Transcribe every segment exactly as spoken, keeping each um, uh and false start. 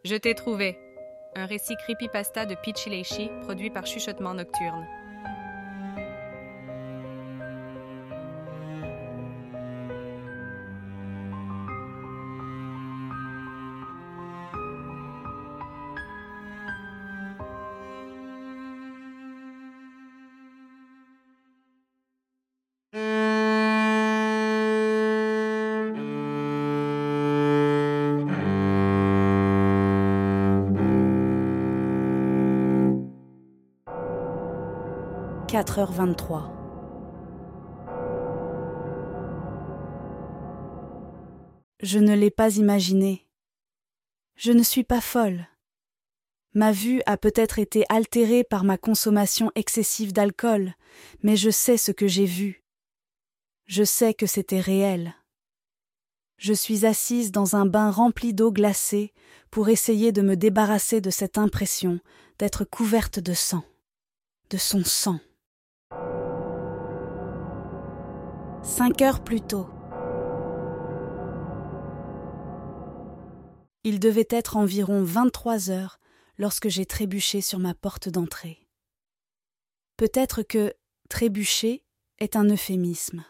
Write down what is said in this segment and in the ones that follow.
Je t'ai trouvé. Un récit creepypasta de Peachy Leishi, produit par Chuchotement Nocturne. quatre heures vingt-trois. Je ne l'ai pas imaginé. Je ne suis pas folle. Ma vue a peut-être été altérée par ma consommation excessive d'alcool, mais je sais ce que j'ai vu. Je sais que c'était réel. Je suis assise dans un bain rempli d'eau glacée pour essayer de me débarrasser de cette impression d'être couverte de sang, de son sang. Cinq heures plus tôt. Il devait être environ vingt-trois heures lorsque j'ai trébuché sur ma porte d'entrée. Peut-être que trébucher est un euphémisme.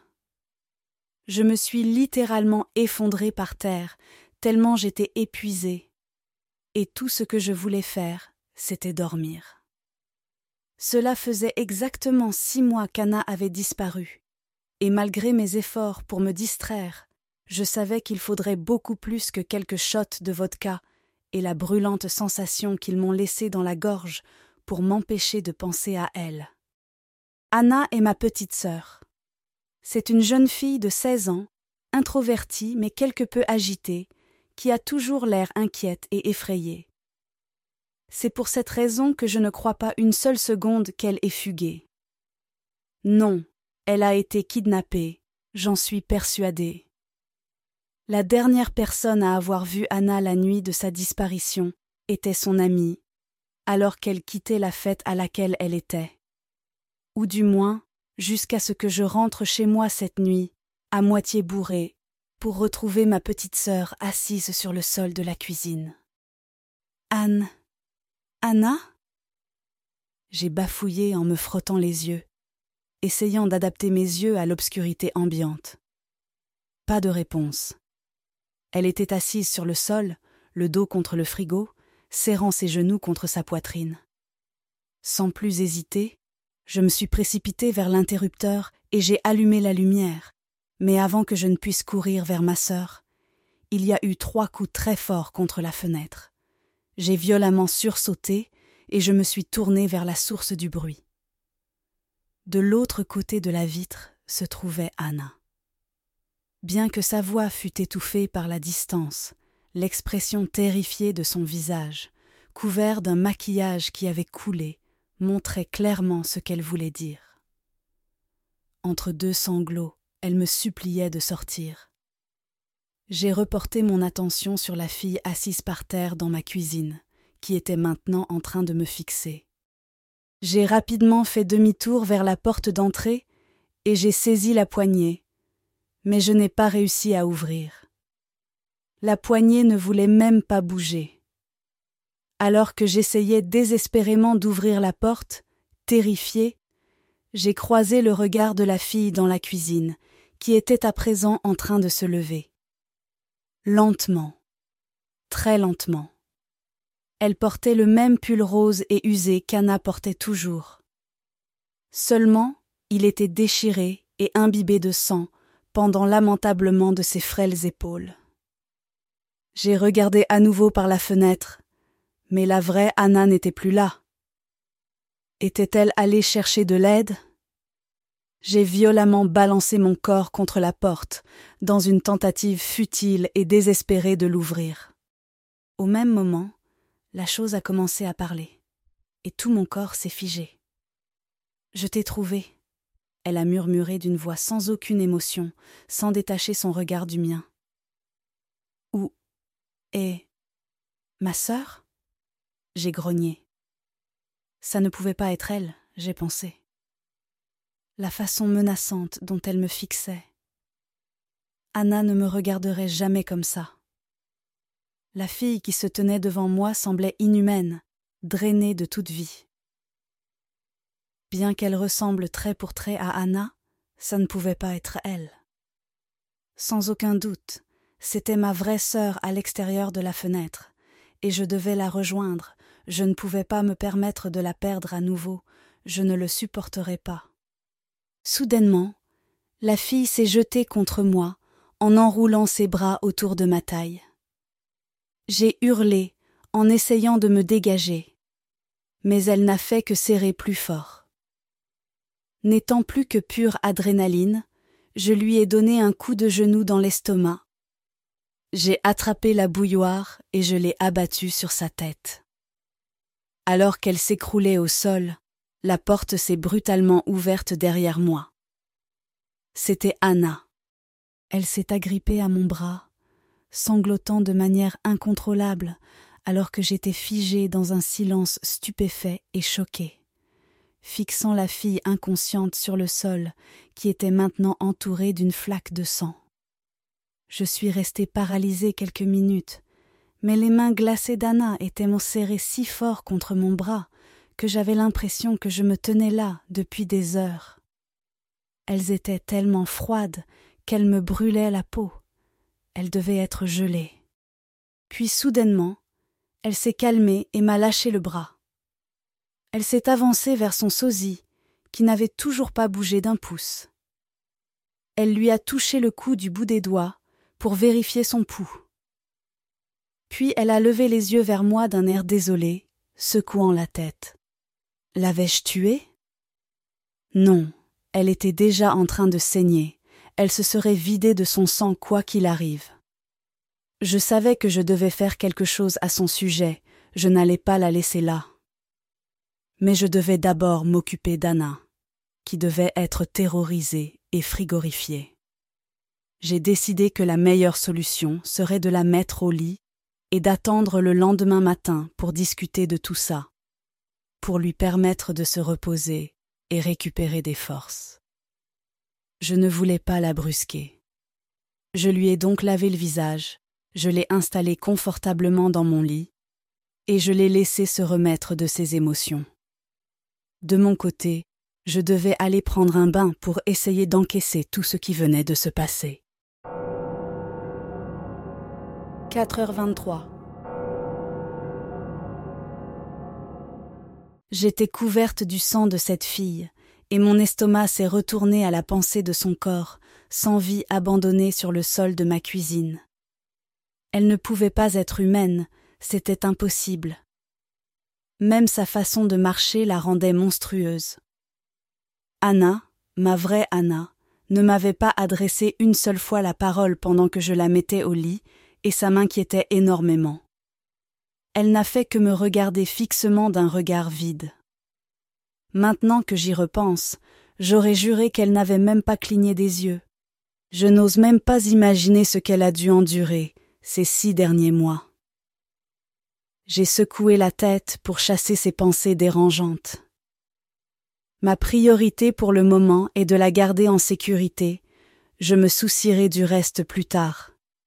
Je me suis littéralement effondrée par terre, tellement j'étais épuisée. Et tout ce que je voulais faire, c'était dormir. Cela faisait exactement six mois qu'Anna avait disparu. Et malgré mes efforts pour me distraire, je savais qu'il faudrait beaucoup plus que quelques shots de vodka et la brûlante sensation qu'ils m'ont laissée dans la gorge pour m'empêcher de penser à elle. Anna est ma petite sœur. C'est une jeune fille de seize ans, introvertie mais quelque peu agitée, qui a toujours l'air inquiète et effrayée. C'est pour cette raison que je ne crois pas une seule seconde qu'elle ait fugué. Non. Elle a été kidnappée, j'en suis persuadée. La dernière personne à avoir vu Anna la nuit de sa disparition était son amie, alors qu'elle quittait la fête à laquelle elle était. Ou du moins, jusqu'à ce que je rentre chez moi cette nuit, à moitié bourrée, pour retrouver ma petite sœur assise sur le sol de la cuisine. Anne. Anna ? J'ai bafouillé en me frottant les yeux, essayant d'adapter mes yeux à l'obscurité ambiante. Pas de réponse. Elle était assise sur le sol, le dos contre le frigo, serrant ses genoux contre sa poitrine. Sans plus hésiter, je me suis précipitée vers l'interrupteur et j'ai allumé la lumière, mais avant que je ne puisse courir vers ma sœur, il y a eu trois coups très forts contre la fenêtre. J'ai violemment sursauté et je me suis tournée vers la source du bruit. De l'autre côté de la vitre se trouvait Anna. Bien que sa voix fût étouffée par la distance, l'expression terrifiée de son visage, couvert d'un maquillage qui avait coulé, montrait clairement ce qu'elle voulait dire. Entre deux sanglots, elle me suppliait de sortir. J'ai reporté mon attention sur la fille assise par terre dans ma cuisine, qui était maintenant en train de me fixer. J'ai rapidement fait demi-tour vers la porte d'entrée et j'ai saisi la poignée, mais je n'ai pas réussi à ouvrir. La poignée ne voulait même pas bouger. Alors que j'essayais désespérément d'ouvrir la porte, terrifiée, j'ai croisé le regard de la fille dans la cuisine, qui était à présent en train de se lever. Lentement, très lentement. Elle portait le même pull rose et usé qu'Anna portait toujours. Seulement, il était déchiré et imbibé de sang, pendant lamentablement de ses frêles épaules. J'ai regardé à nouveau par la fenêtre, mais la vraie Anna n'était plus là. Était-elle allée chercher de l'aide ? J'ai violemment balancé mon corps contre la porte, dans une tentative futile et désespérée de l'ouvrir. Au même moment, la chose a commencé à parler, et tout mon corps s'est figé. « Je t'ai trouvé », elle a murmuré d'une voix sans aucune émotion, sans détacher son regard du mien. « Où est ma sœur ?» J'ai grogné. Ça ne pouvait pas être elle, j'ai pensé. La façon menaçante dont elle me fixait. Anna ne me regarderait jamais comme ça. La fille qui se tenait devant moi semblait inhumaine, drainée de toute vie. Bien qu'elle ressemble trait pour trait à Anna, ça ne pouvait pas être elle. Sans aucun doute, c'était ma vraie sœur à l'extérieur de la fenêtre, et je devais la rejoindre, je ne pouvais pas me permettre de la perdre à nouveau, je ne le supporterais pas. Soudainement, la fille s'est jetée contre moi, en enroulant ses bras autour de ma taille. J'ai hurlé, en essayant de me dégager, mais elle n'a fait que serrer plus fort. N'étant plus que pure adrénaline, je lui ai donné un coup de genou dans l'estomac. J'ai attrapé la bouilloire et je l'ai abattue sur sa tête. Alors qu'elle s'écroulait au sol, la porte s'est brutalement ouverte derrière moi. C'était Anna. Elle s'est agrippée à mon bras, sanglotant de manière incontrôlable, alors que j'étais figée dans un silence stupéfait et choqué, fixant la fille inconsciente sur le sol, qui était maintenant entourée d'une flaque de sang. Je suis restée paralysée quelques minutes, mais les mains glacées d'Anna étaient m'ont serré si fort contre mon bras que j'avais l'impression que je me tenais là depuis des heures. Elles étaient tellement froides qu'elles me brûlaient la peau. Elles devaient être gelées. Puis soudainement, elle s'est calmée et m'a lâché le bras. Elle s'est avancée vers son sosie, qui n'avait toujours pas bougé d'un pouce. Elle lui a touché le cou du bout des doigts pour vérifier son pouls. Puis elle a levé les yeux vers moi d'un air désolé, secouant la tête. L'avais-je tuée ? Non, elle était déjà en train de saigner. Elle se serait vidée de son sang quoi qu'il arrive. Je savais que je devais faire quelque chose à son sujet, je n'allais pas la laisser là. Mais je devais d'abord m'occuper d'Anna, qui devait être terrorisée et frigorifiée. J'ai décidé que la meilleure solution serait de la mettre au lit et d'attendre le lendemain matin pour discuter de tout ça, pour lui permettre de se reposer et récupérer des forces. Je ne voulais pas la brusquer. Je lui ai donc lavé le visage, je l'ai installée confortablement dans mon lit et je l'ai laissée se remettre de ses émotions. De mon côté, je devais aller prendre un bain pour essayer d'encaisser tout ce qui venait de se passer. quatre heures vingt-trois. J'étais couverte du sang de cette fille, et mon estomac s'est retourné à la pensée de son corps, sans vie abandonné sur le sol de ma cuisine. Elle ne pouvait pas être humaine, c'était impossible. Même sa façon de marcher la rendait monstrueuse. Anna, ma vraie Anna, ne m'avait pas adressé une seule fois la parole pendant que je la mettais au lit, et ça m'inquiétait énormément. Elle n'a fait que me regarder fixement d'un regard vide. Maintenant que j'y repense, j'aurais juré qu'elle n'avait même pas cligné des yeux. Je n'ose même pas imaginer ce qu'elle a dû endurer ces six derniers mois. J'ai secoué la tête pour chasser ces pensées dérangeantes. Ma priorité pour le moment est de la garder en sécurité. Je me soucierai du reste plus tard.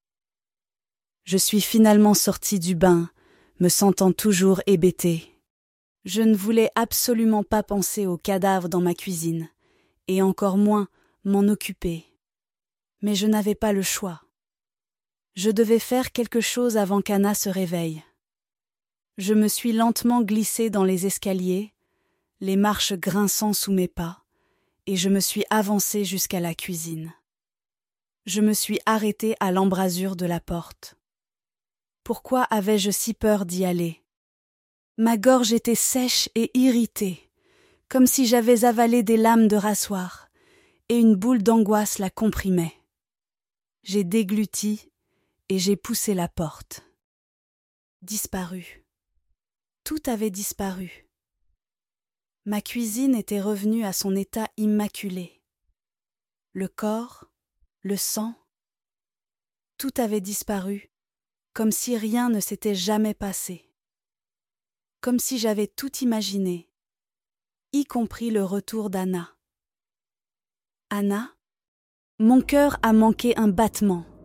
Je suis finalement sortie du bain, me sentant toujours hébétée. Je ne voulais absolument pas penser au cadavre dans ma cuisine, et encore moins m'en occuper. Mais je n'avais pas le choix. Je devais faire quelque chose avant qu'Anna se réveille. Je me suis lentement glissée dans les escaliers, les marches grinçant sous mes pas, et je me suis avancée jusqu'à la cuisine. Je me suis arrêtée à l'embrasure de la porte. Pourquoi avais-je si peur d'y aller ? Ma gorge était sèche et irritée, comme si j'avais avalé des lames de rasoir, et une boule d'angoisse la comprimait. J'ai dégluti et j'ai poussé la porte. Disparu. Tout avait disparu. Ma cuisine était revenue à son état immaculé. Le corps, le sang, tout avait disparu, comme si rien ne s'était jamais passé. Comme si j'avais tout imaginé, y compris le retour d'Anna. Anna, mon cœur a manqué un battement.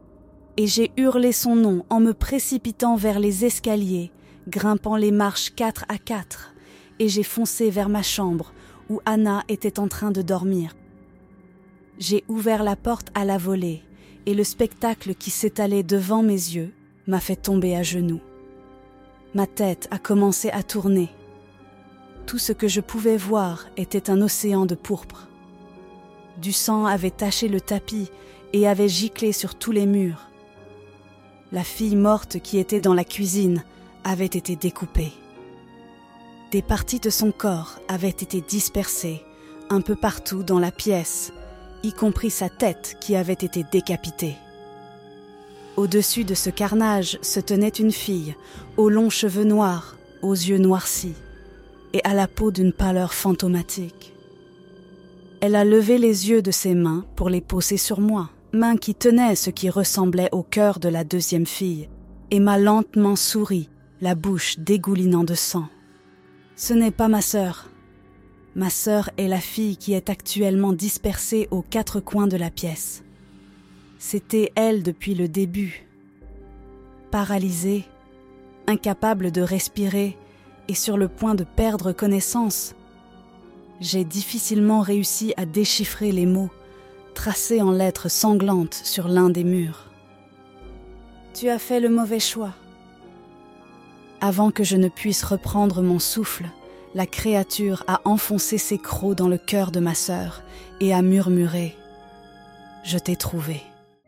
et j'ai hurlé son nom en me précipitant vers les escaliers, grimpant les marches quatre à quatre, et j'ai foncé vers ma chambre où Anna était en train de dormir. J'ai ouvert la porte à la volée, et le spectacle qui s'étalait devant mes yeux m'a fait tomber à genoux. Ma tête a commencé à tourner. Tout ce que je pouvais voir était un océan de pourpre. Du sang avait taché le tapis et avait giclé sur tous les murs. La fille morte qui était dans la cuisine avait été découpée. Des parties de son corps avaient été dispersées un peu partout dans la pièce, y compris sa tête qui avait été décapitée. Au-dessus de ce carnage se tenait une fille, aux longs cheveux noirs, aux yeux noircis, et à la peau d'une pâleur fantomatique. Elle a levé les yeux de ses mains pour les poser sur moi, mains qui tenaient ce qui ressemblait au cœur de la deuxième fille, et m'a lentement souri, la bouche dégoulinant de sang. Ce n'est pas ma sœur. Ma sœur est la fille qui est actuellement dispersée aux quatre coins de la pièce. C'était elle depuis le début. Paralysée, incapable de respirer et sur le point de perdre connaissance, j'ai difficilement réussi à déchiffrer les mots tracés en lettres sanglantes sur l'un des murs. « Tu as fait le mauvais choix. » Avant que je ne puisse reprendre mon souffle, la créature a enfoncé ses crocs dans le cœur de ma sœur et a murmuré « Je t'ai trouvé. »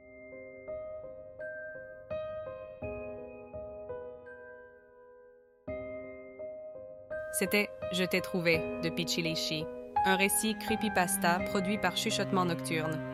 C'était Je t'ai trouvé de Pichileshi, un récit creepypasta produit par Chuchotement Nocturne.